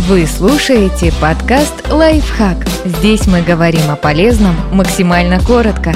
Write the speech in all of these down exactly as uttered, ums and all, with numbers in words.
Вы слушаете подкаст «Лайфхак». Здесь мы говорим о полезном максимально коротко.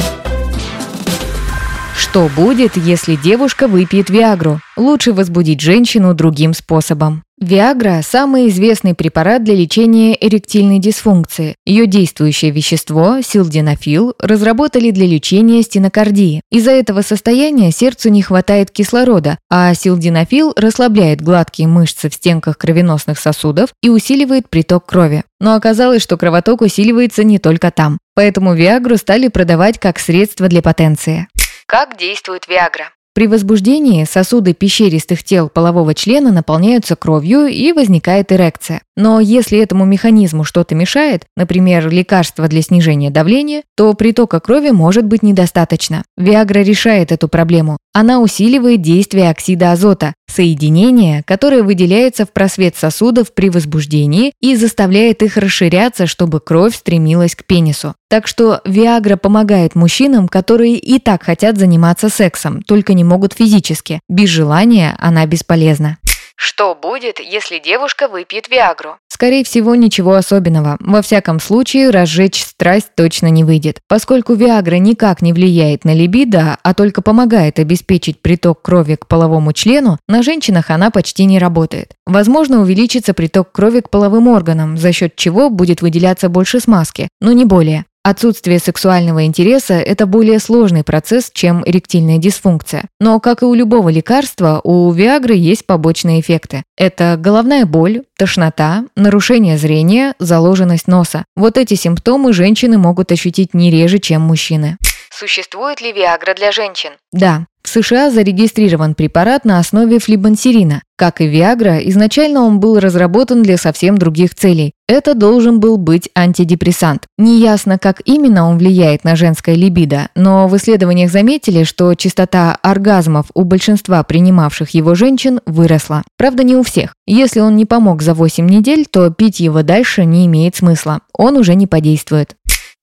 Что будет, если девушка выпьет Виагру? Лучше возбудить женщину другим способом. Виагра – самый известный препарат для лечения эректильной дисфункции. Ее действующее вещество, силденафил, разработали для лечения стенокардии. Из-за этого состояния сердцу не хватает кислорода, а силденафил расслабляет гладкие мышцы в стенках кровеносных сосудов и усиливает приток крови. Но оказалось, что кровоток усиливается не только там. Поэтому Виагру стали продавать как средство для потенции. Как действует Виагра? При возбуждении сосуды пещеристых тел полового члена наполняются кровью и возникает эрекция. Но если этому механизму что-то мешает, например, лекарство для снижения давления, то притока крови может быть недостаточно. Виагра решает эту проблему. Она усиливает действие оксида азота, соединения, которое выделяется в просвет сосудов при возбуждении и заставляет их расширяться, чтобы кровь стремилась к пенису. Так что Виагра помогает мужчинам, которые и так хотят заниматься сексом, только не могут физически. Без желания она бесполезна. Что будет, если девушка выпьет Виагру? Скорее всего, ничего особенного. Во всяком случае, разжечь страсть точно не выйдет. Поскольку Виагра никак не влияет на либидо, а только помогает обеспечить приток крови к половому члену, на женщинах она почти не работает. Возможно, увеличится приток крови к половым органам, за счет чего будет выделяться больше смазки, но не более. Отсутствие сексуального интереса – это более сложный процесс, чем эректильная дисфункция. Но, как и у любого лекарства, у Виагры есть побочные эффекты. Это головная боль, тошнота, нарушение зрения, заложенность носа. Вот эти симптомы женщины могут ощутить не реже, чем мужчины. Существует ли Виагра для женщин? Да. В США зарегистрирован препарат на основе флибансерина. Как и Виагра, изначально он был разработан для совсем других целей. Это должен был быть антидепрессант. Неясно, как именно он влияет на женское либидо, но в исследованиях заметили, что частота оргазмов у большинства принимавших его женщин выросла. Правда, не у всех. Если он не помог за восемь недель, то пить его дальше не имеет смысла. Он уже не подействует.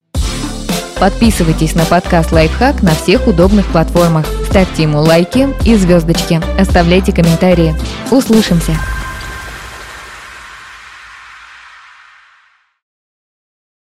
Подписывайтесь на подкаст «Лайфхак» на всех удобных платформах. Ставьте ему лайки и звездочки. Оставляйте комментарии. Услышимся!